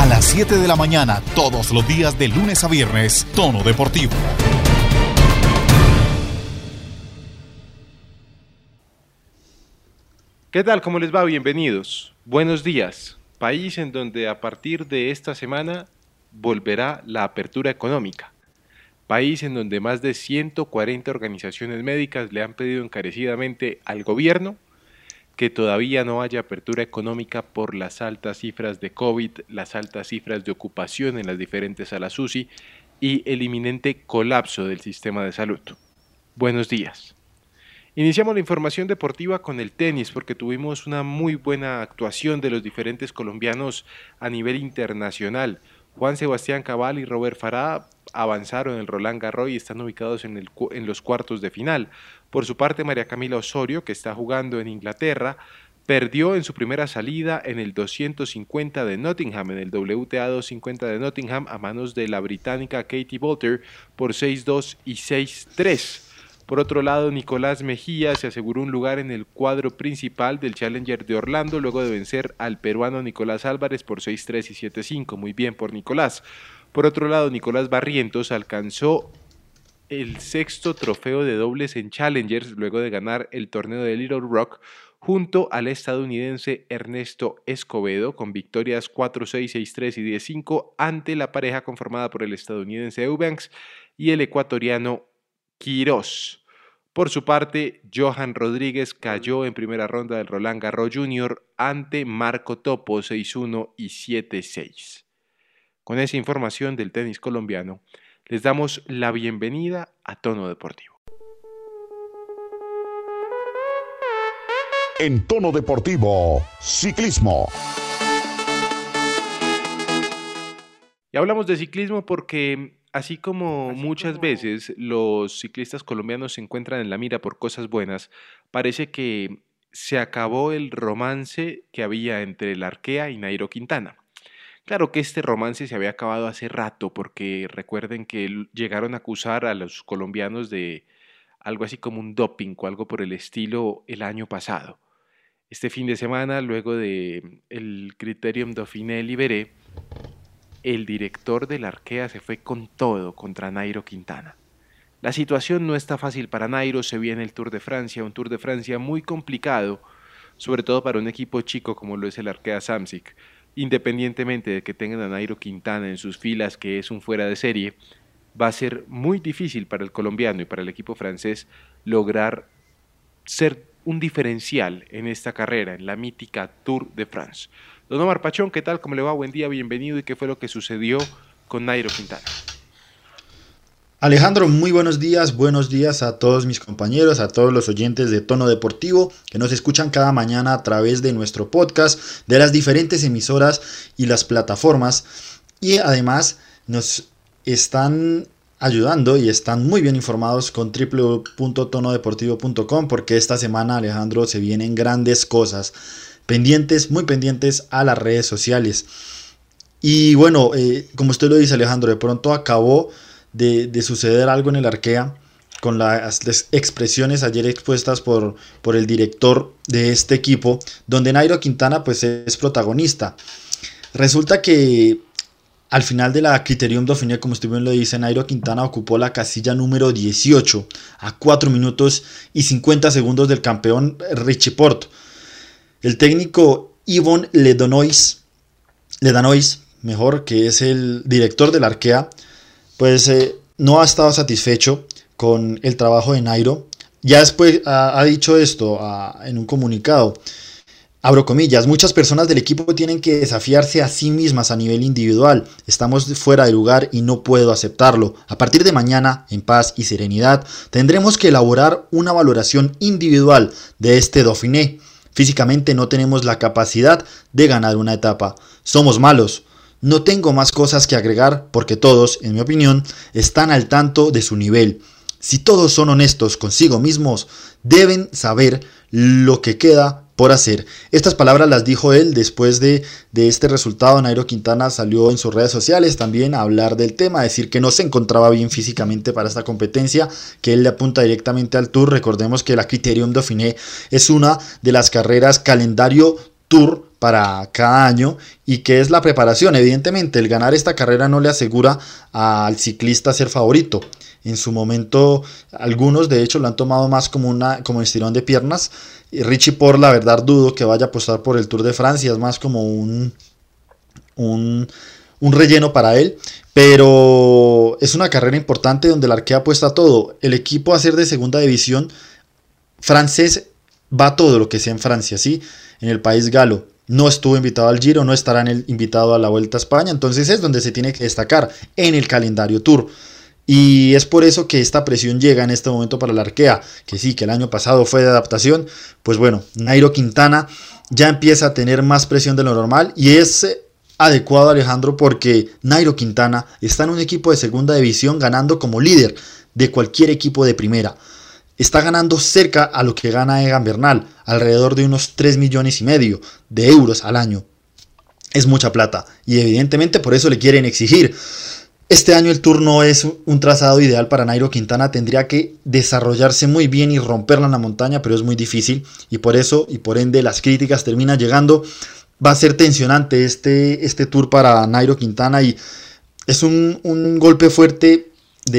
las 7 de la mañana, todos los días de lunes a viernes, Tono Deportivo. ¿Qué tal? ¿Cómo les va? Bienvenidos. Buenos días. País en donde a partir de esta semana volverá la apertura económica. País en donde más de 140 organizaciones médicas le han pedido encarecidamente al gobierno que todavía no haya apertura económica por las altas cifras de COVID, las altas cifras de ocupación en las diferentes salas UCI y el inminente colapso del sistema de salud. Buenos días. Iniciamos la información deportiva con el tenis porque tuvimos una muy buena actuación de los diferentes colombianos a nivel internacional. Juan Sebastián Cabal y Robert Farah avanzaron en el Roland Garros y están ubicados en los cuartos de final. Por su parte, María Camila Osorio, que está jugando en Inglaterra, perdió en su primera salida en el 250 de Nottingham, en el WTA 250 de Nottingham, a manos de la británica Katie Boulter por 6-2 y 6-3. Por otro lado, Nicolás Mejía se aseguró un lugar en el cuadro principal del Challenger de Orlando luego de vencer al peruano Nicolás Álvarez por 6-3 y 7-5. Muy bien por Nicolás. Por otro lado, Nicolás Barrientos alcanzó el sexto trofeo de dobles en Challengers luego de ganar el torneo de Little Rock junto al estadounidense Ernesto Escobedo con victorias 4-6, 6-3 y 10-5 ante la pareja conformada por el estadounidense Eubanks y el ecuatoriano Quirós. Por su parte, Johan Rodríguez cayó en primera ronda del Roland Garros Junior ante Marco Topo 6-1 y 7-6. Con esa información del tenis colombiano, les damos la bienvenida a Tono Deportivo. En Tono Deportivo, ciclismo. Y hablamos de ciclismo porque así como muchas veces los ciclistas colombianos se encuentran en la mira por cosas buenas, parece que se acabó el romance que había entre el Arkea y Nairo Quintana. Claro que este romance se había acabado hace rato porque recuerden que llegaron a acusar a los colombianos de algo así como un doping o algo por el estilo el año pasado. Este fin de semana, luego de el Criterium Dauphiné Libéré, el director del Arkea se fue con todo contra Nairo Quintana. La situación no está fácil para Nairo, se viene el Tour de Francia, un Tour de Francia muy complicado, sobre todo para un equipo chico como lo es el Arkea Samsic. Independientemente de que tengan a Nairo Quintana en sus filas, que es un fuera de serie, va a ser muy difícil para el colombiano y para el equipo francés lograr ser un diferencial en esta carrera, en la mítica Tour de France. Don Omar Pachón, ¿qué tal? ¿Cómo le va? Buen día, bienvenido. ¿Y qué fue lo que sucedió con Nairo Quintana? Alejandro, muy buenos días a todos mis compañeros, a todos los oyentes de Tono Deportivo que nos escuchan cada mañana a través de nuestro podcast, de las diferentes emisoras y las plataformas, y además nos están ayudando y están muy bien informados con www.tonodeportivo.com porque esta semana, Alejandro, se vienen grandes cosas, muy pendientes a las redes sociales. Y bueno, como usted lo dice, Alejandro, de pronto acabó de suceder algo en el Arkea con las expresiones ayer expuestas por el director de este equipo, donde Nairo Quintana pues es protagonista. Resulta que al final de la Criterium Dauphiné, como usted bien lo dice, Nairo Quintana ocupó la casilla número 18 a 4 minutos y 50 segundos del campeón Richie Porte. El técnico Yvon Ledanois, que es el director del Arkea, pues no ha estado satisfecho con el trabajo de Nairo. Ya después ha dicho esto en un comunicado, abro comillas: muchas personas del equipo tienen que desafiarse a sí mismas a nivel individual. Estamos fuera de lugar y no puedo aceptarlo. A partir de mañana, en paz y serenidad, tendremos que elaborar una valoración individual de este Dauphiné. Físicamente no tenemos la capacidad de ganar una etapa. Somos malos. No tengo más cosas que agregar porque todos, en mi opinión, están al tanto de su nivel. Si todos son honestos consigo mismos, deben saber lo que queda por hacer. Estas palabras las dijo él después de este resultado. Nairo Quintana salió en sus redes sociales también a hablar del tema, a decir que no se encontraba bien físicamente para esta competencia, que él le apunta directamente al Tour. Recordemos que la Criterium Dauphiné es una de las carreras calendario Tour para cada año y que es la preparación. Evidentemente, el ganar esta carrera no le asegura al ciclista ser favorito. En su momento, algunos de hecho lo han tomado más como estirón de piernas. Y Richie Porte, la verdad, dudo que vaya a apostar por el Tour de Francia, es más como un relleno para él, pero es una carrera importante donde el Arkea apuesta todo. El equipo a ser de segunda división francés va todo lo que sea en Francia, ¿sí? En el país galo. No estuvo invitado al Giro, no estará invitado a la Vuelta a España, entonces es donde se tiene que destacar en el calendario Tour. Y es por eso que esta presión llega en este momento para el Arkea, que sí, que el año pasado fue de adaptación. Pues bueno, Nairo Quintana ya empieza a tener más presión de lo normal y es adecuado, Alejandro, porque Nairo Quintana está en un equipo de segunda división ganando como líder de cualquier equipo de primera. Está ganando cerca a lo que gana Egan Bernal, alrededor de unos 3,5 millones de euros al año. Es mucha plata y evidentemente por eso le quieren exigir. Este año el Tour no es un trazado ideal para Nairo Quintana, tendría que desarrollarse muy bien y romperla en la montaña, pero es muy difícil y por eso y por ende las críticas terminan llegando. Va a ser tensionante este Tour para Nairo Quintana y es un golpe fuerte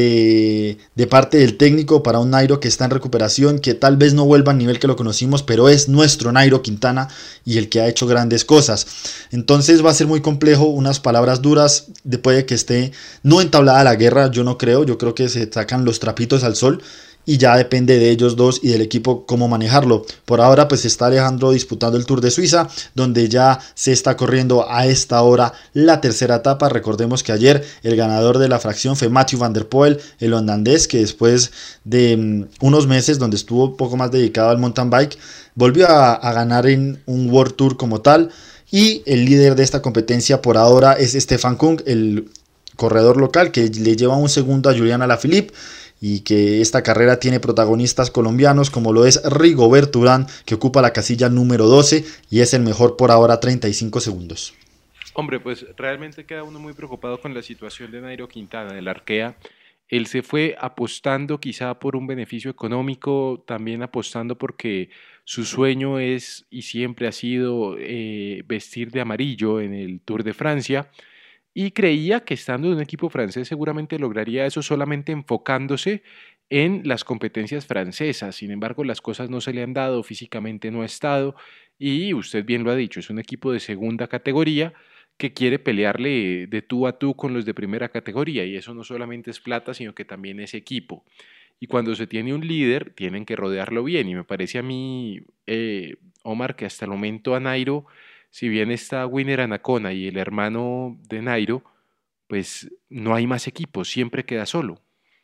de parte del técnico para un Nairo que está en recuperación, que tal vez no vuelva al nivel que lo conocimos, pero es nuestro Nairo Quintana y el que ha hecho grandes cosas. Entonces va a ser muy complejo, unas palabras duras, después de que esté no entablada la guerra, yo creo que se sacan los trapitos al sol y ya depende de ellos dos y del equipo cómo manejarlo. Por ahora pues está Alejandro disputando el Tour de Suiza, donde ya se está corriendo a esta hora la tercera etapa. Recordemos que ayer el ganador de la fracción fue Mathieu van der Poel, el holandés, que después de unos meses donde estuvo un poco más dedicado al mountain bike, volvió a ganar en un World Tour como tal. Y el líder de esta competencia por ahora es Stefan Kung, el corredor local, que le lleva un segundo a Julian Alaphilippe, y que esta carrera tiene protagonistas colombianos como lo es Rigobert Urán, que ocupa la casilla número 12 y es el mejor por ahora, 35 segundos. Hombre, pues realmente queda uno muy preocupado con la situación de Nairo Quintana, del Arkea. Él se fue apostando quizá por un beneficio económico, también apostando porque su sueño es y siempre ha sido vestir de amarillo en el Tour de Francia. Y creía que estando en un equipo francés seguramente lograría eso solamente enfocándose en las competencias francesas. Sin embargo, las cosas no se le han dado, físicamente no ha estado y usted bien lo ha dicho, es un equipo de segunda categoría que quiere pelearle de tú a tú con los de primera categoría y eso no solamente es plata, sino que también es equipo. Y cuando se tiene un líder, tienen que rodearlo bien y me parece a mí, Omar, que hasta el momento a Nairo, si bien está Winner Anacona y el hermano de Nairo, pues no hay más equipos, siempre queda solo.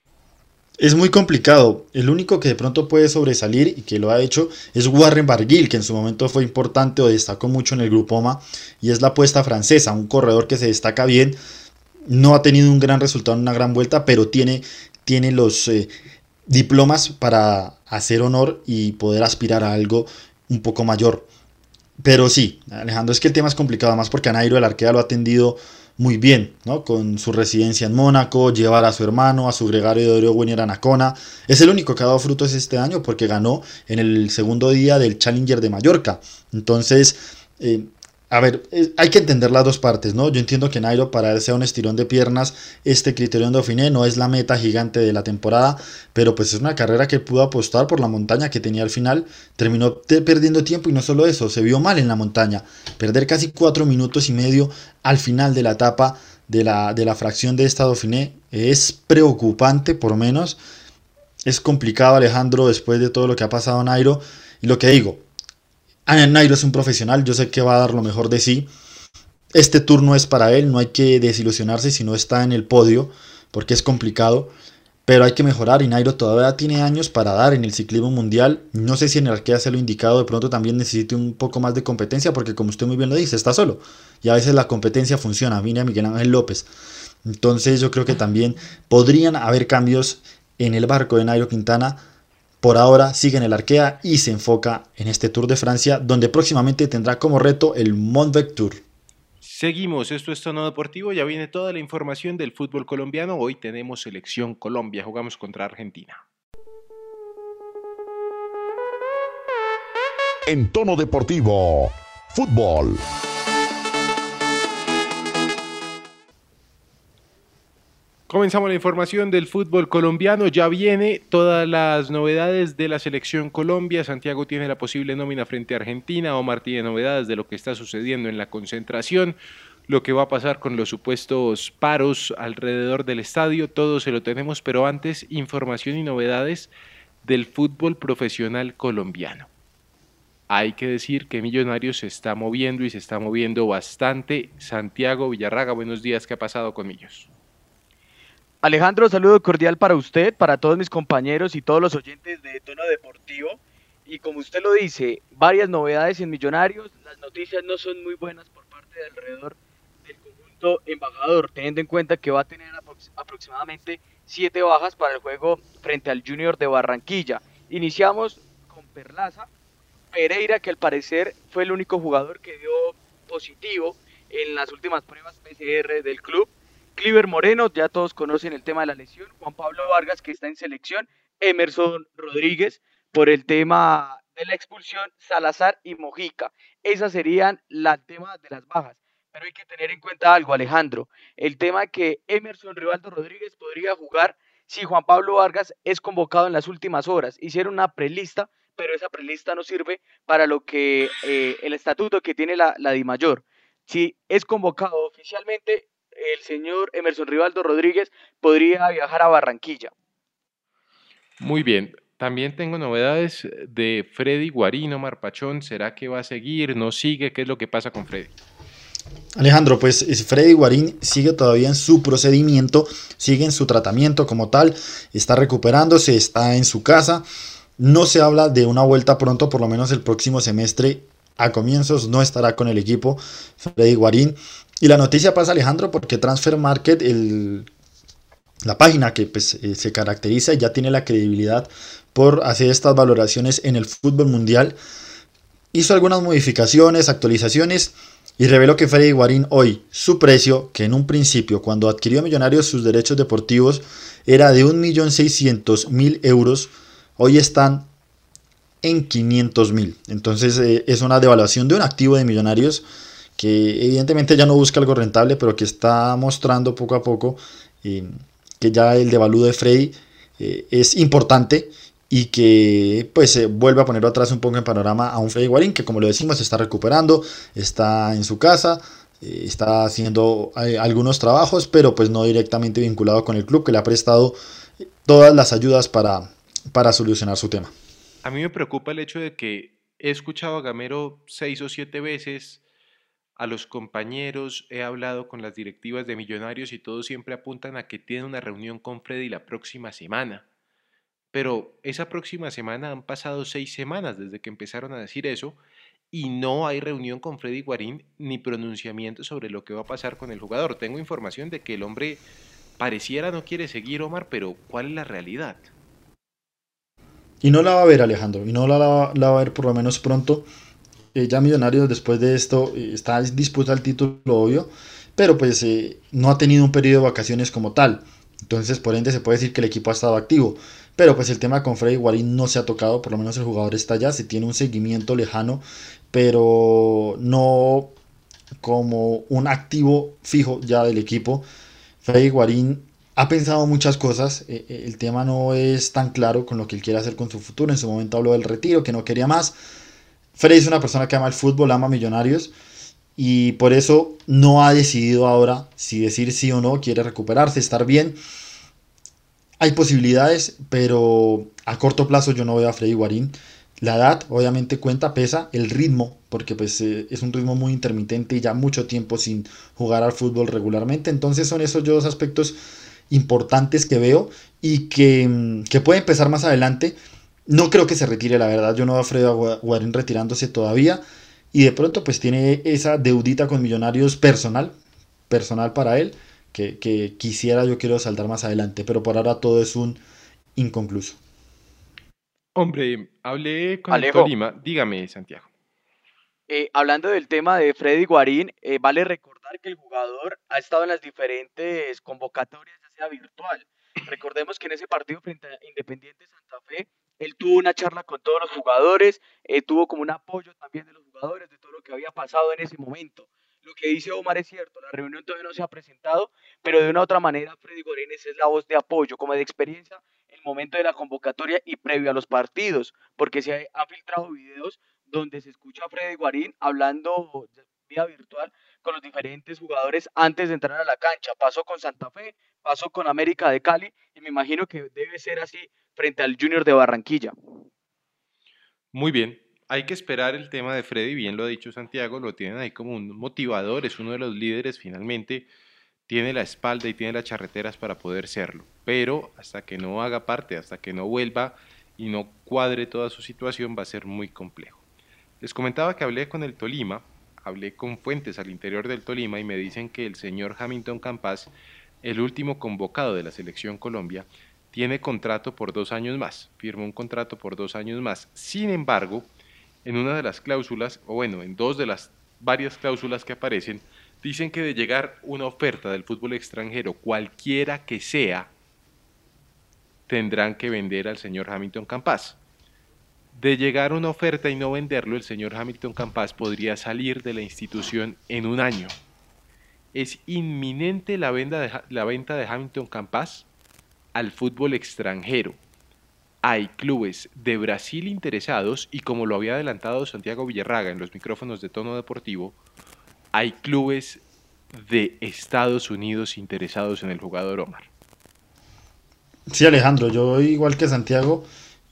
Es muy complicado. El único que de pronto puede sobresalir y que lo ha hecho es Warren Barguil, que en su momento fue importante o destacó mucho en el Groupama y es la apuesta francesa, un corredor que se destaca bien. No ha tenido un gran resultado en una gran vuelta, pero tiene los diplomas para hacer honor y poder aspirar a algo un poco mayor. Pero sí, Alejandro, es que el tema es complicado, además porque a Nairo el Arkea lo ha atendido muy bien, ¿no? Con su residencia en Mónaco, llevar a su hermano, a su gregario de oro Winner Anacona. Es el único que ha dado frutos este año porque ganó en el segundo día del Challenger de Mallorca. Entonces, hay que entender las dos partes, ¿no? Yo entiendo que Nairo, para él sea un estirón de piernas, este Criterium Dauphiné no es la meta gigante de la temporada, pero pues es una carrera que pudo apostar por la montaña que tenía al final, terminó perdiendo tiempo y no solo eso, se vio mal en la montaña, perder casi 4 minutos y medio al final de la etapa de la fracción de esta Dauphiné es preocupante, por lo menos, es complicado, Alejandro, después de todo lo que ha pasado Nairo, y lo que digo, Nairo es un profesional, yo sé que va a dar lo mejor de sí. Este Tour no es para él, no hay que desilusionarse si no está en el podio, porque es complicado, pero hay que mejorar y Nairo todavía tiene años para dar en el ciclismo mundial. No sé si en el Arkea se lo indicado, de pronto también necesite un poco más de competencia, porque como usted muy bien lo dice, está solo y a veces la competencia funciona. Viene a Miguel Ángel López, entonces yo creo que también podrían haber cambios en el barco de Nairo Quintana. Por ahora sigue en el Arkea y se enfoca en este Tour de Francia, donde próximamente tendrá como reto el Montbec Tour. Seguimos, esto es Tono Deportivo, ya viene toda la información del fútbol colombiano. Hoy tenemos Selección Colombia, jugamos contra Argentina. En Tono Deportivo, Fútbol. Comenzamos la información del fútbol colombiano. Ya viene todas las novedades de la selección Colombia. Santiago tiene la posible nómina frente a Argentina. Omar tiene novedades de lo que está sucediendo en la concentración, lo que va a pasar con los supuestos paros alrededor del estadio. Todo se lo tenemos, pero antes, información y novedades del fútbol profesional colombiano. Hay que decir que Millonarios se está moviendo y se está moviendo bastante. Santiago Villarraga, buenos días. ¿Qué ha pasado con Millos? Alejandro, saludo cordial para usted, para todos mis compañeros y todos los oyentes de Tono Deportivo. Y como usted lo dice, varias novedades en Millonarios. Las noticias no son muy buenas por parte de alrededor del conjunto embajador, teniendo en cuenta que va a tener aproximadamente 7 bajas para el juego frente al Junior de Barranquilla. Iniciamos con Perlaza, Pereira, que al parecer fue el único jugador que dio positivo en las últimas pruebas PCR del club. Cliver Moreno, ya todos conocen el tema de la lesión. Juan Pablo Vargas, que está en selección. Emerson Rodríguez, por el tema de la expulsión. Salazar y Mojica. Esas serían las temas de las bajas. Pero hay que tener en cuenta algo, Alejandro. El tema que Emerson Rivaldo Rodríguez podría jugar si Juan Pablo Vargas es convocado en las últimas horas. Hicieron una prelista, pero esa prelista no sirve para lo que el estatuto que tiene la DIMAYOR. Si es convocado oficialmente, el señor Emerson Rivaldo Rodríguez podría viajar a Barranquilla. Muy bien, también tengo novedades de Freddy Guarín. Omar Pachón, ¿será que va a seguir? ¿No sigue? ¿Qué es lo que pasa con Freddy? Alejandro, pues Freddy Guarín sigue todavía en su procedimiento, sigue en su tratamiento como tal, está recuperándose, está en su casa. No se habla de una vuelta pronto, por lo menos el próximo semestre. A comienzos no estará con el equipo Freddy Guarín. Y la noticia pasa, Alejandro, porque Transfer Market, la página que pues, se caracteriza y ya tiene la credibilidad por hacer estas valoraciones en el fútbol mundial, hizo algunas modificaciones, actualizaciones y reveló que Freddy Guarín hoy, su precio, que en un principio cuando adquirió Millonarios sus derechos deportivos era de 1.600.000 euros, hoy están en 500.000. Entonces es una devaluación de un activo de Millonarios que evidentemente ya no busca algo rentable, pero que está mostrando poco a poco que ya el devalúo de Freddy es importante y que pues vuelve a poner atrás un poco en panorama a un Freddy Guarín que, como lo decimos, se está recuperando, está en su casa, está haciendo algunos trabajos, pero pues no directamente vinculado con el club, que le ha prestado todas las ayudas para solucionar su tema. A mí me preocupa el hecho de que he escuchado a Gamero 6 o 7 veces, a los compañeros, he hablado con las directivas de Millonarios y todos siempre apuntan a que tienen una reunión con Freddy la próxima semana. Pero esa próxima semana han pasado 6 semanas desde que empezaron a decir eso y no hay reunión con Freddy Guarín ni pronunciamiento sobre lo que va a pasar con el jugador. Tengo información de que el hombre pareciera no quiere seguir, Omar, pero ¿cuál es la realidad? Y no la va a ver, Alejandro, y no la va a ver por lo menos pronto. Ya Millonarios después de esto está dispuesta al título, obvio, pero pues no ha tenido un periodo de vacaciones como tal. Entonces, por ende, se puede decir que el equipo ha estado activo. Pero pues el tema con Freddy Guarín no se ha tocado, por lo menos el jugador está allá, se tiene un seguimiento lejano, pero no como un activo fijo ya del equipo. Freddy Guarín ha pensado muchas cosas, el tema no es tan claro con lo que él quiere hacer con su futuro. En su momento habló del retiro, que no quería más. Freddy es una persona que ama el fútbol, ama Millonarios, y por eso no ha decidido ahora si decir sí o no, quiere recuperarse, estar bien. Hay posibilidades, pero a corto plazo yo no veo a Freddy Guarín. La edad obviamente cuenta, pesa, el ritmo, porque pues es un ritmo muy intermitente y ya mucho tiempo sin jugar al fútbol regularmente. Entonces son esos dos aspectos importantes que veo y que puede empezar más adelante. No creo que se retire, la verdad. Yo no veo a Freddy Guarín retirándose todavía. Y de pronto pues tiene esa deudita con Millonarios personal para él, que quisiera, yo quiero saldar más adelante. Pero por ahora todo es un inconcluso. Hombre, hablé con el Alejo, Tolima. Dígame, Santiago. hablando del tema de Freddy Guarín, vale recordar que el jugador ha estado en las diferentes convocatorias, ya sea virtual. Recordemos que en ese partido frente a Independiente Santa Fe, él tuvo una charla con todos los jugadores, tuvo como un apoyo también de los jugadores, de todo lo que había pasado en ese momento. Lo que dice Omar es cierto, la reunión todavía no se ha presentado, pero de una u otra manera Freddy Guarín es la voz de apoyo, como de experiencia, en el momento de la convocatoria y previo a los partidos, porque se han filtrado videos donde se escucha a Freddy Guarín hablando vía virtual con los diferentes jugadores antes de entrar a la cancha. Pasó con Santa Fe, pasó con América de Cali y me imagino que debe ser así frente al Junior de Barranquilla. Muy bien, hay que esperar el tema de Freddy, bien lo ha dicho Santiago, lo tienen ahí como un motivador, es uno de los líderes, finalmente tiene la espalda y tiene las charreteras para poder serlo, pero hasta que no haga parte, hasta que no vuelva y no cuadre toda su situación va a ser muy complejo. Les comentaba que hablé con el Tolima, hablé con fuentes al interior del Tolima y me dicen que el señor Hamilton Campas, el último convocado de la Selección Colombia, tiene contrato por 2 años más, firmó un contrato por 2 años más. Sin embargo, en una de las cláusulas, o bueno, en 2 de las varias cláusulas que aparecen, dicen que de llegar una oferta del fútbol extranjero, cualquiera que sea, tendrán que vender al señor Hamilton Campas. De llegar una oferta y no venderlo, el señor Hamilton Campas podría salir de la institución en 1 año. Es inminente la venta de Hamilton Campas al fútbol extranjero. Hay clubes de Brasil interesados y, como lo había adelantado Santiago Villarraga en los micrófonos de Tono Deportivo, hay clubes de Estados Unidos interesados en el jugador Omar. Sí, Alejandro, yo igual que Santiago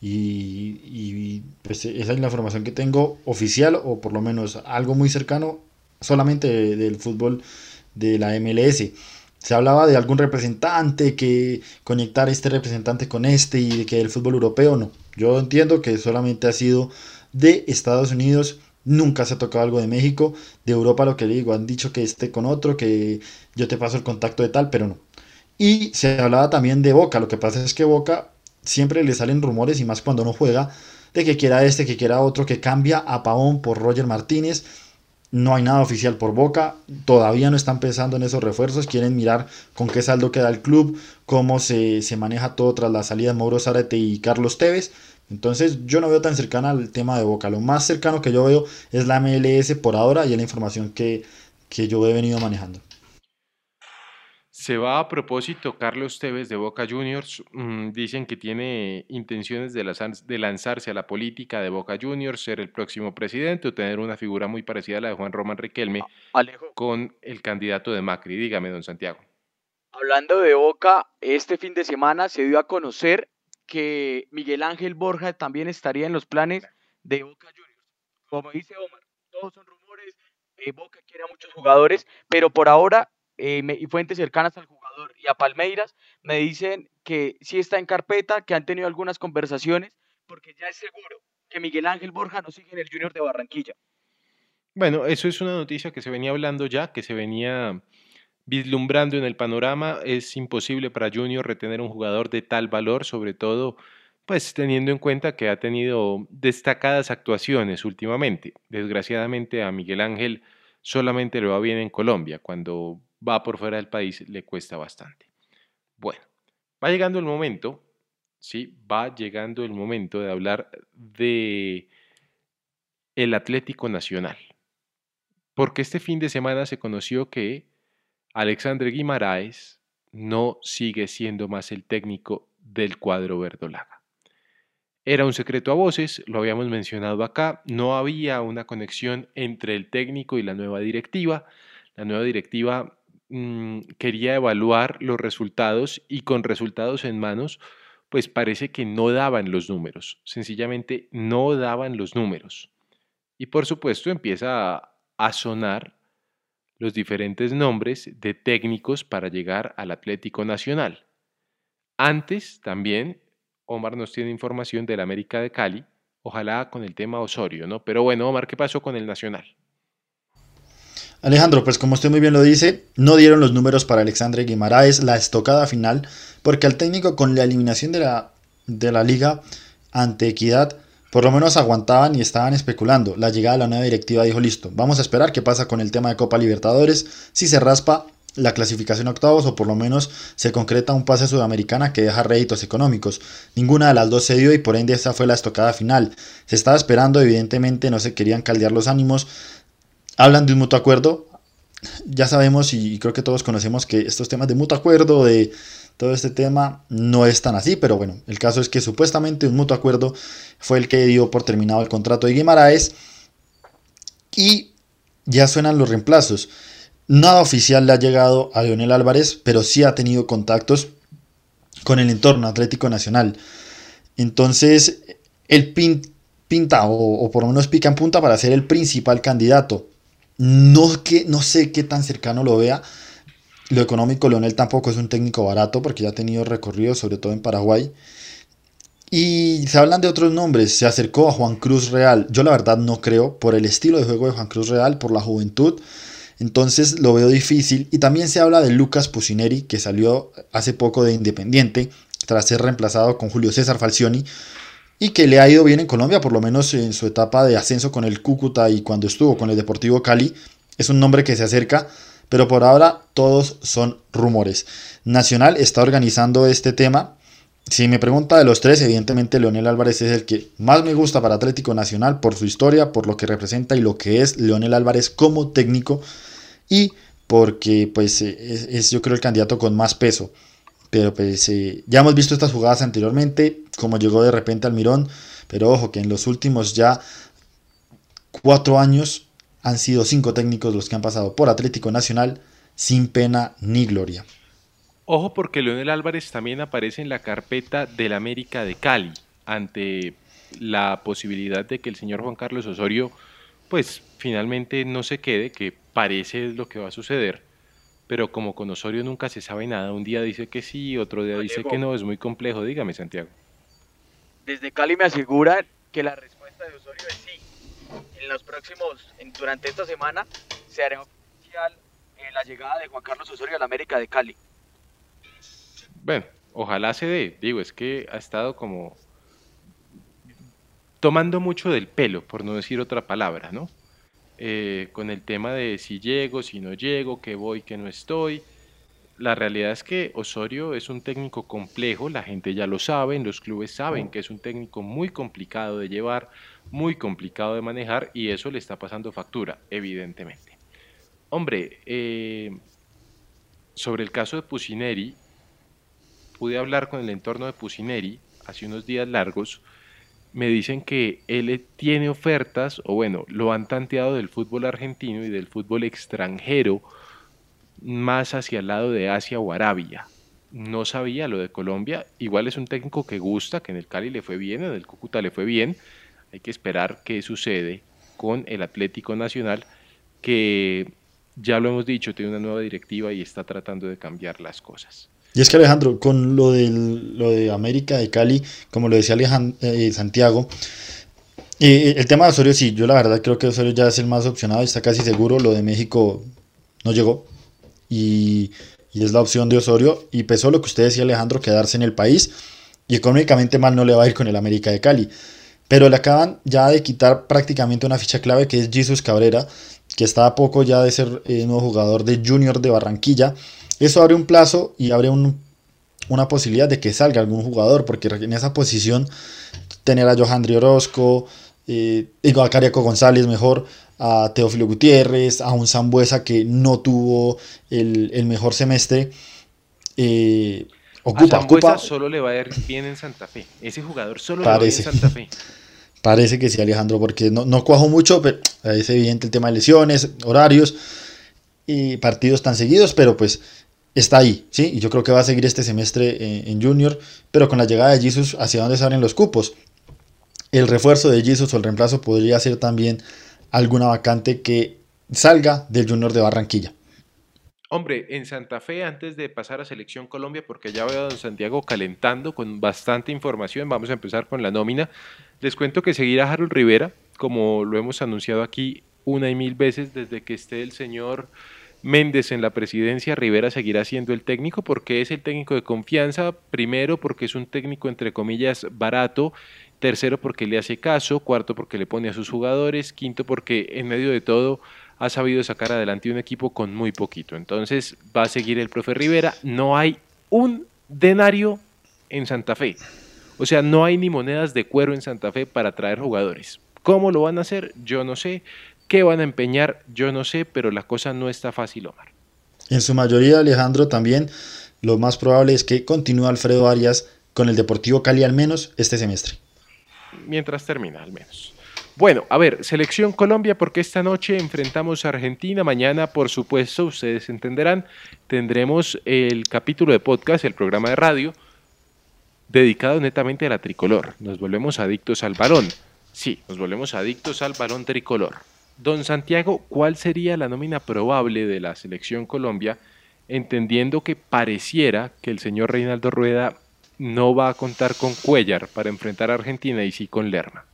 y pues esa es la información que tengo oficial o por lo menos algo muy cercano solamente del fútbol de la MLS. Se hablaba de algún representante, que conectar este representante con este y de que el fútbol europeo no. Yo entiendo que solamente ha sido de Estados Unidos, nunca se ha tocado algo de México, de Europa lo que le digo, han dicho que esté con otro, que yo te paso el contacto de tal, pero no. Y se hablaba también de Boca, lo que pasa es que Boca siempre le salen rumores y más cuando no juega, de que quiera este, que quiera otro, que cambia a Pavón por Roger Martínez. No hay nada oficial por Boca, todavía no están pensando en esos refuerzos, quieren mirar con qué saldo queda el club, cómo se maneja todo tras la salida de Mauro Zárate y Carlos Tevez. Entonces yo no veo tan cercana al tema de Boca, lo más cercano que yo veo es la MLS por ahora y es la información que yo he venido manejando. Se va a propósito Carlos Tevez de Boca Juniors, dicen que tiene intenciones de lanzarse a la política de Boca Juniors, ser el próximo presidente o tener una figura muy parecida a la de Juan Román Riquelme Alejo, con el candidato de Macri. Dígame, don Santiago. hablando de Boca, este fin de semana se dio a conocer que Miguel Ángel Borja también estaría en los planes de Boca Juniors. Como dice Omar, todos son rumores, Boca quiere a muchos jugadores, pero por ahora y fuentes cercanas al jugador y a Palmeiras me dicen que sí está en carpeta, que han tenido algunas conversaciones, porque ya es seguro que Miguel Ángel Borja no sigue en el Junior de Barranquilla. Bueno, eso es una noticia que se venía hablando ya, que se venía vislumbrando en el panorama. Es imposible para Junior retener un jugador de tal valor, sobre todo pues teniendo en cuenta que ha tenido destacadas actuaciones últimamente. Desgraciadamente a Miguel Ángel solamente le va bien en Colombia, cuando va por fuera del país le cuesta bastante. Bueno, va llegando el momento, sí, va llegando el momento de hablar de el Atlético Nacional, porque este fin de semana se conoció que Alexandre Guimaraes no sigue siendo más el técnico del cuadro verdolaga. Era un secreto a voces, lo habíamos mencionado acá, no había una conexión entre el técnico y la nueva directiva. La nueva directiva quería evaluar los resultados y con resultados en manos, pues parece que no daban los números, sencillamente no daban los números. Y por supuesto empieza a sonar los diferentes nombres de técnicos para llegar al Atlético Nacional. Antes también Omar nos tiene información del América de Cali, ojalá con el tema Osorio, ¿no? Pero bueno, Omar, ¿qué pasó con el Nacional? Alejandro, pues como usted muy bien lo dice, no dieron los números para Alexandre Guimaraes, la estocada final, porque al técnico con la eliminación de la liga ante Equidad, por lo menos aguantaban y estaban especulando. La llegada de la nueva directiva dijo, listo, vamos a esperar qué pasa con el tema de Copa Libertadores, si se raspa la clasificación a octavos o por lo menos se concreta un pase a Sudamericana que deja réditos económicos. Ninguna de las dos se dio y por ende esta fue la estocada final. Se estaba esperando, evidentemente no se querían caldear los ánimos. hablan de un mutuo acuerdo. Ya sabemos y creo que todos conocemos que estos temas de mutuo acuerdo, de todo este tema, no es tan así, pero bueno, el caso es que supuestamente un mutuo acuerdo fue el que dio por terminado el contrato de Guimaraes y ya suenan los reemplazos. Nada oficial le ha llegado a Leonel Álvarez, pero sí ha tenido contactos con el entorno Atlético Nacional. Entonces, él pinta o por lo menos pica en punta para ser el principal candidato. No sé qué tan cercano lo vea. Lo económico, Leonel tampoco es un técnico barato porque ya ha tenido recorrido, sobre todo en Paraguay. Y se hablan de otros nombres. Se acercó a Juan Cruz Real. Yo la verdad no creo, por el estilo de juego de Juan Cruz Real, por la juventud. Entonces lo veo difícil. Y también se habla de Lucas Pusineri, que salió hace poco de Independiente, tras ser reemplazado con Julio César Falcioni, y que le ha ido bien en Colombia, por lo menos en su etapa de ascenso con el Cúcuta y cuando estuvo con el Deportivo Cali. Es un nombre que se acerca, pero por ahora todos son rumores. Nacional está organizando este tema. Si me pregunta de los tres, evidentemente Leonel Álvarez es el que más me gusta para Atlético Nacional por su historia, por lo que representa y lo que es Leonel Álvarez como técnico, y porque pues es yo creo el candidato con más peso. Pero pues ya hemos visto estas jugadas anteriormente, como llegó de repente Almirón, pero ojo que en los últimos ya 4 años han sido 5 técnicos los que han pasado por Atlético Nacional sin pena ni gloria. Ojo porque Leonel Álvarez también aparece en la carpeta del América de Cali, ante la posibilidad de que el señor Juan Carlos Osorio pues finalmente no se quede, que parece es lo que va a suceder. Pero como con Osorio nunca se sabe nada, un día dice que sí, otro día dice que no, es muy complejo. Dígame, Santiago. Desde Cali me aseguran que la respuesta de Osorio es sí. Durante esta semana, se hará oficial la llegada de Juan Carlos Osorio al América de Cali. Bueno, ojalá se dé. Digo, es que ha estado como tomando mucho del pelo, por no decir otra palabra, ¿no? Con el tema de si llego, si no llego, que voy, que no estoy. La realidad es que Osorio es un técnico complejo, la gente ya lo sabe, los clubes saben que es un técnico muy complicado de llevar, muy complicado de manejar, y eso le está pasando factura, evidentemente. Hombre, sobre el caso de Pusineri, pude hablar con el entorno de Pusineri hace unos días largos. Me dicen que él tiene ofertas, o bueno, lo han tanteado del fútbol argentino y del fútbol extranjero, más hacia el lado de Asia o Arabia. No sabía lo de Colombia. Igual es un técnico que gusta, que en el Cali le fue bien, en el Cúcuta le fue bien. Hay que esperar qué sucede con el Atlético Nacional, que ya lo hemos dicho, tiene una nueva directiva y está tratando de cambiar las cosas. Y es que Alejandro, con lo de América de Cali, como lo decía Santiago, el tema de Osorio, sí, yo la verdad creo que Osorio ya es el más opcionado, está casi seguro. Lo de México no llegó y es la opción de Osorio. Y pesó lo que usted decía, Alejandro, quedarse en el país, y económicamente mal no le va a ir con el América de Cali. Pero le acaban ya de quitar prácticamente una ficha clave, que es Jesús Cabrera, que está a poco ya de ser nuevo jugador de Junior de Barranquilla. Eso abre un plazo y abre una posibilidad de que salga algún jugador, porque en esa posición tener a Johandri Orozco, a Cariaco González mejor, a Teófilo Gutiérrez, a un Sambuesa que no tuvo el mejor semestre. A Sambuesa solo le va a ir bien en Santa Fe. Ese jugador solo le va a ir en Santa Fe. Parece que sí, Alejandro, porque no cuajó mucho, pero es evidente el tema de lesiones, horarios y partidos tan seguidos, pero pues está ahí, ¿sí? Y yo creo que va a seguir este semestre en Junior, pero con la llegada de Jesus, ¿hacia dónde se abren los cupos? El refuerzo de Jesus o el reemplazo podría ser también alguna vacante que salga del Junior de Barranquilla. Hombre, en Santa Fe, antes de pasar a Selección Colombia, porque ya veo a don Santiago calentando con bastante información, vamos a empezar con la nómina. Les cuento que seguirá Harold Rivera, como lo hemos anunciado aquí una y mil veces, desde que esté el señor Méndez en la presidencia. Rivera seguirá siendo el técnico porque es el técnico de confianza, primero porque es un técnico entre comillas barato, tercero porque le hace caso, cuarto porque le pone a sus jugadores, quinto porque en medio de todo ha sabido sacar adelante un equipo con muy poquito. Entonces va a seguir el profe Rivera. No hay un denario en Santa Fe, o sea, no hay ni monedas de cuero en Santa Fe para traer jugadores. ¿Cómo lo van a hacer? Yo no sé, ¿Qué van a empeñar? Yo no sé, pero la cosa no está fácil, Omar. En su mayoría, Alejandro, también lo más probable es que continúe Alfredo Arias con el Deportivo Cali al menos este semestre. Mientras termina, al menos. Bueno, a ver, Selección Colombia, porque esta noche enfrentamos a Argentina. Mañana, por supuesto, ustedes entenderán, tendremos el capítulo de podcast, el programa de radio, dedicado netamente a la tricolor. Nos volvemos adictos al balón. Sí, nos volvemos adictos al balón tricolor. Don Santiago, ¿cuál sería la nómina probable de la Selección Colombia, entendiendo que pareciera que el señor Reinaldo Rueda no va a contar con Cuéllar para enfrentar a Argentina y sí con Lerma?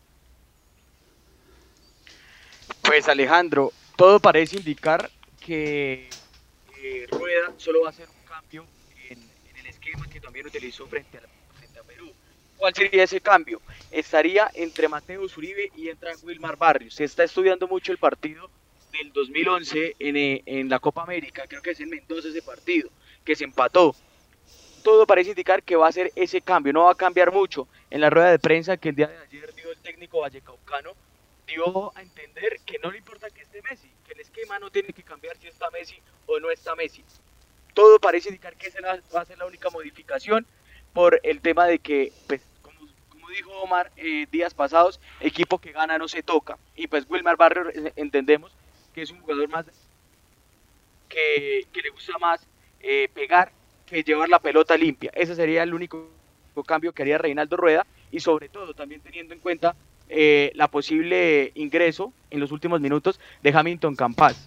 Pues Alejandro, todo parece indicar que Rueda solo va a hacer un cambio en el esquema que también utilizó frente a Perú. ¿Cuál sería ese cambio? Estaría entre Mateus Uribe y entra Wilmar Barrios. Se está estudiando mucho el partido del 2011 en la Copa América, creo que es en Mendoza ese partido, que se empató. Todo parece indicar que va a ser ese cambio, no va a cambiar mucho. En la rueda de prensa que el día de ayer dio el técnico vallecaucano, dio a entender que no le importa que esté Messi, que el esquema no tiene que cambiar si está Messi o no está Messi. Todo parece indicar que esa va a ser la única modificación por el tema de que, pues, como dijo Omar días pasados, equipo que gana no se toca. Y pues Wilmar Barrios entendemos que es un jugador más que le gusta más pegar que llevar la pelota limpia. Ese sería el único cambio que haría Reinaldo Rueda, y sobre todo también teniendo en cuenta la posible ingreso en los últimos minutos de Hamilton Campas.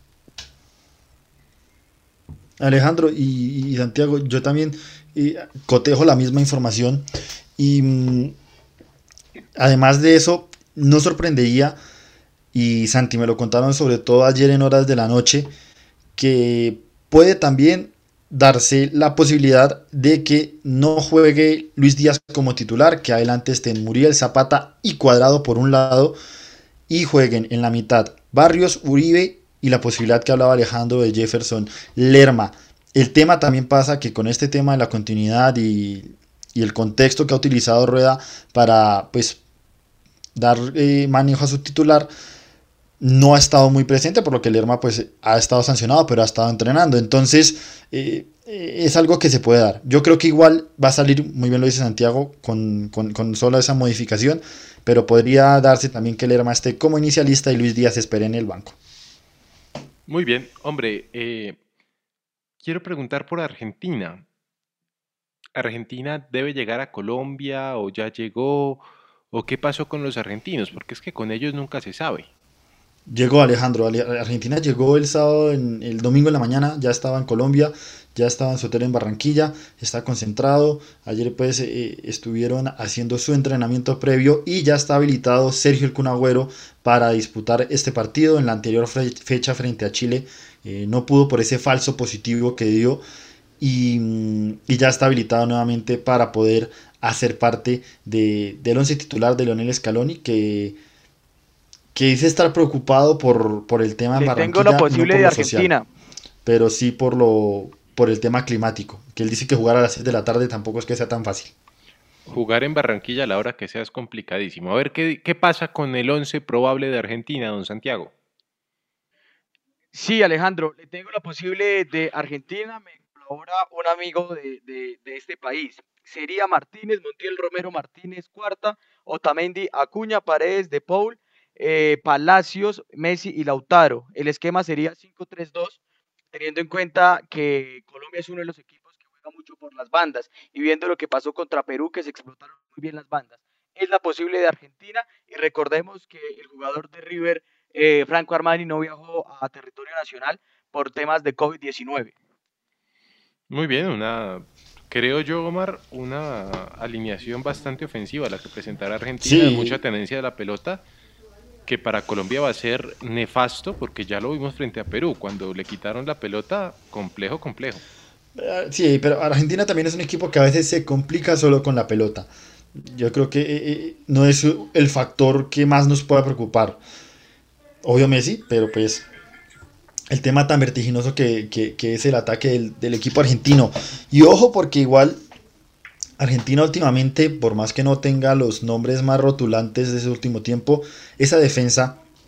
Alejandro y Santiago, yo también cotejo la misma información y además de eso, no sorprendería, y Santi me lo contaron sobre todo ayer en horas de la noche, que puede también darse la posibilidad de que no juegue Luis Díaz como titular, que adelante estén Muriel, Zapata y Cuadrado por un lado, y jueguen en la mitad Barrios, Uribe y la posibilidad que hablaba Alejandro de Jefferson Lerma. El tema también pasa que con este tema de la continuidad y el contexto que ha utilizado Rueda para pues dar manejo a su titular, no ha estado muy presente, por lo que Lerma pues ha estado sancionado, pero ha estado entrenando. Entonces es algo que se puede dar. Yo creo que igual va a salir, muy bien lo dice Santiago, con solo esa modificación, pero podría darse también que Lerma esté como inicialista y Luis Díaz espere en el banco. Muy bien, hombre, quiero preguntar por Argentina. ¿Argentina debe llegar a Colombia o ya llegó? ¿O qué pasó con los argentinos? Porque es que con ellos nunca se sabe. Llegó Alejandro, Argentina llegó el domingo en la mañana, ya estaba en Colombia, ya estaba en su hotel en Barranquilla, está concentrado. Ayer pues estuvieron haciendo su entrenamiento previo y ya está habilitado Sergio El Kun Agüero para disputar este partido. En la anterior fecha frente a Chile no pudo por ese falso positivo que dio, y ya está habilitado nuevamente para poder hacer parte del once titular de Lionel Scaloni, que dice estar preocupado por el tema en Barranquilla. Tengo lo posible no de Argentina, social, pero sí por el tema climático, que él dice que jugar a las 6 de la tarde tampoco es que sea tan fácil. Jugar en Barranquilla a la hora que sea es complicadísimo. A ver, ¿qué pasa con el 11 probable de Argentina, don Santiago? Sí, Alejandro, le tengo la posible de Argentina, me colabora un amigo de este país. Sería Martínez, Montiel, Romero, Martínez, Cuarta, Otamendi, Acuña, Paredes, De Paul, Palacios, Messi y Lautaro. El esquema sería 5-3-2, teniendo en cuenta que Colombia es uno de los equipos que juega mucho por las bandas, y viendo lo que pasó contra Perú, que se explotaron muy bien las bandas. Es la posible de Argentina, y recordemos que el jugador de River, Franco Armani, no viajó a territorio nacional por temas de COVID-19. Muy bien, creo yo, Omar, una alineación bastante ofensiva la que presentará Argentina, Sí. de mucha tenencia de la pelota, que para Colombia va a ser nefasto, porque ya lo vimos frente a Perú, cuando le quitaron la pelota, complejo. Sí, pero Argentina también es un equipo que a veces se complica solo con la pelota. Yo creo que no es el factor que más nos pueda preocupar. Obvio Messi, pero pues el tema tan vertiginoso que es el ataque del equipo argentino. Y ojo, porque igual Argentina últimamente, por más que no tenga los nombres más rotulantes de ese último tiempo, esa defensa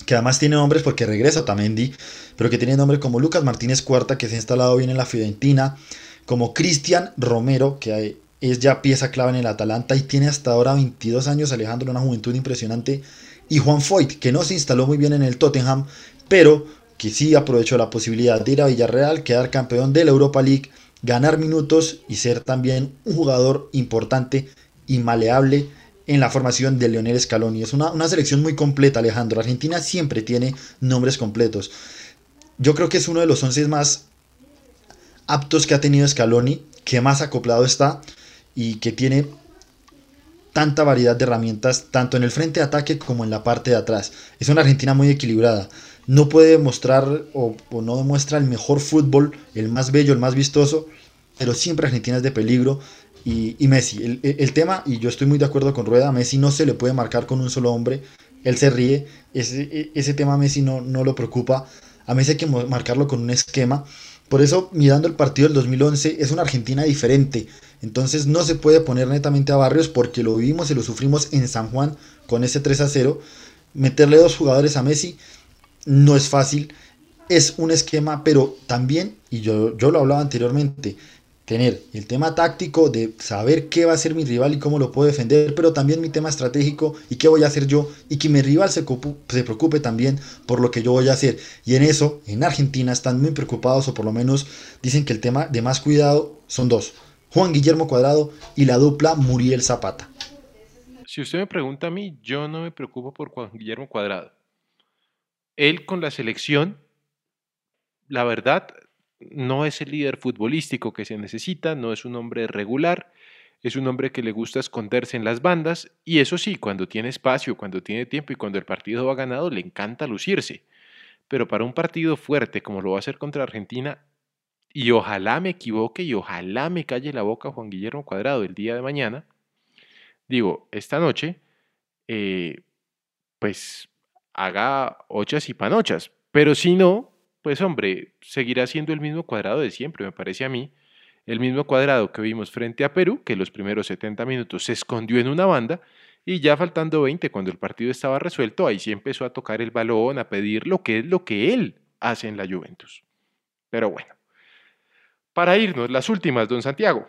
que además tiene nombres porque regresa Otamendi, pero que tiene nombres como Lucas Martínez Cuarta, que se ha instalado bien en la Fiorentina, como Cristian Romero, que es ya pieza clave en el Atalanta y tiene hasta ahora 22 años, Alejandro, una juventud impresionante, y Juan Foyt, que no se instaló muy bien en el Tottenham, pero que sí aprovechó la posibilidad de ir a Villarreal, quedar campeón de la Europa League, ganar minutos y ser también un jugador importante y maleable en la formación de Lionel Scaloni. Es una selección muy completa, Alejandro. Argentina siempre tiene nombres completos. Yo creo que es uno de los 11 más aptos que ha tenido Scaloni, que más acoplado está y que tiene tanta variedad de herramientas, tanto en el frente de ataque como en la parte de atrás. Es una Argentina muy equilibrada. No puede mostrar o no demuestra el mejor fútbol, el más bello, el más vistoso, pero siempre Argentina es de peligro. Y Messi, el tema, y yo estoy muy de acuerdo con Rueda, a Messi no se le puede marcar con un solo hombre, él se ríe, ese tema a Messi no lo preocupa, a Messi hay que marcarlo con un esquema. Por eso, mirando el partido del 2011, es una Argentina diferente. Entonces no se puede poner netamente a Barrios porque lo vivimos y lo sufrimos en San Juan con ese 3-0. Meterle 2 jugadores a Messi no es fácil. Es un esquema, pero también, y yo lo hablaba anteriormente, tener el tema táctico de saber qué va a hacer mi rival y cómo lo puedo defender, pero también mi tema estratégico y qué voy a hacer yo y que mi rival se preocupe también por lo que yo voy a hacer. Y en eso, en Argentina están muy preocupados, o por lo menos dicen que el tema de más cuidado son 2, Juan Guillermo Cuadrado y la dupla Muriel Zapata. Si usted me pregunta a mí, yo no me preocupo por Juan Guillermo Cuadrado. Él con la selección, la verdad, no es el líder futbolístico que se necesita, no es un hombre regular, es un hombre que le gusta esconderse en las bandas y eso sí, cuando tiene espacio, cuando tiene tiempo y cuando el partido va ganado, le encanta lucirse. Pero para un partido fuerte como lo va a hacer contra Argentina, y ojalá me equivoque y ojalá me calle la boca Juan Guillermo Cuadrado el día de mañana, digo, esta noche, eh, pues haga ochas y panochas, pero si no, pues hombre, seguirá siendo el mismo Cuadrado de siempre, me parece a mí, el mismo Cuadrado que vimos frente a Perú, que los primeros 70 minutos se escondió en una banda y ya faltando 20, cuando el partido estaba resuelto, ahí sí empezó a tocar el balón, a pedir lo que es lo que él hace en la Juventus. Pero bueno, para irnos, las últimas, don Santiago.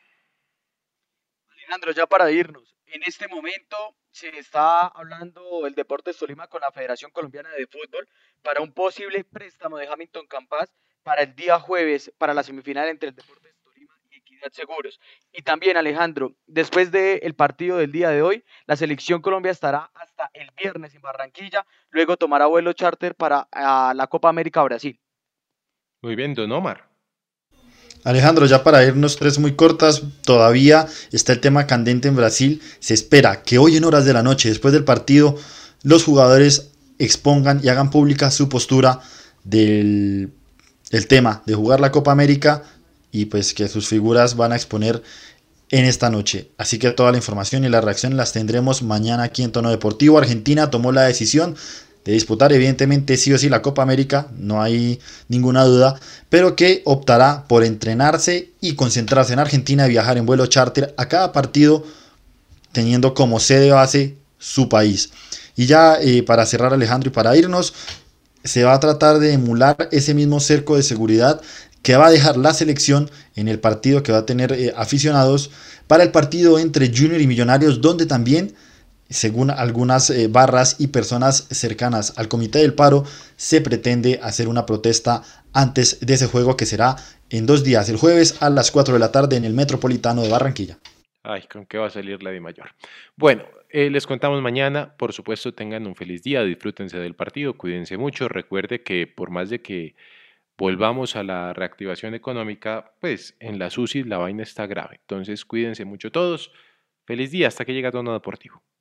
Alejandro, ya para irnos, en este momento se está hablando el Deportes Tolima con la Federación Colombiana de Fútbol para un posible préstamo de Hamilton Campas para el día jueves, para la semifinal entre el Deportes Tolima y Equidad Seguros. Y también, Alejandro, después del partido del día de hoy, la Selección Colombia estará hasta el viernes en Barranquilla, luego tomará vuelo charter para la Copa América Brasil. Muy bien, don Omar. Alejandro, ya para irnos 3 muy cortas, todavía está el tema candente en Brasil. Se espera que hoy en horas de la noche, después del partido, los jugadores expongan y hagan pública su postura del tema de jugar la Copa América y pues que sus figuras van a exponer en esta noche. Así que toda la información y las reacciones las tendremos mañana aquí en Tono Deportivo. Argentina tomó la decisión de disputar evidentemente sí o sí la Copa América, no hay ninguna duda, pero que optará por entrenarse y concentrarse en Argentina y viajar en vuelo charter a cada partido teniendo como sede base su país. Y ya para cerrar, Alejandro, y para irnos, se va a tratar de emular ese mismo cerco de seguridad que va a dejar la selección en el partido que va a tener aficionados para el partido entre Junior y Millonarios, donde también, según algunas barras y personas cercanas al Comité del Paro, se pretende hacer una protesta antes de ese juego que será en 2 días, el jueves a las 4 de la tarde en el Metropolitano de Barranquilla. Ay, ¿con qué va a salir la de mayor? Bueno, les contamos mañana. Por supuesto, tengan un feliz día, disfrútense del partido, cuídense mucho. Recuerde que por más de que volvamos a la reactivación económica, pues en las UCI la vaina está grave. Entonces, cuídense mucho todos. Feliz día hasta que llega Tono Deportivo.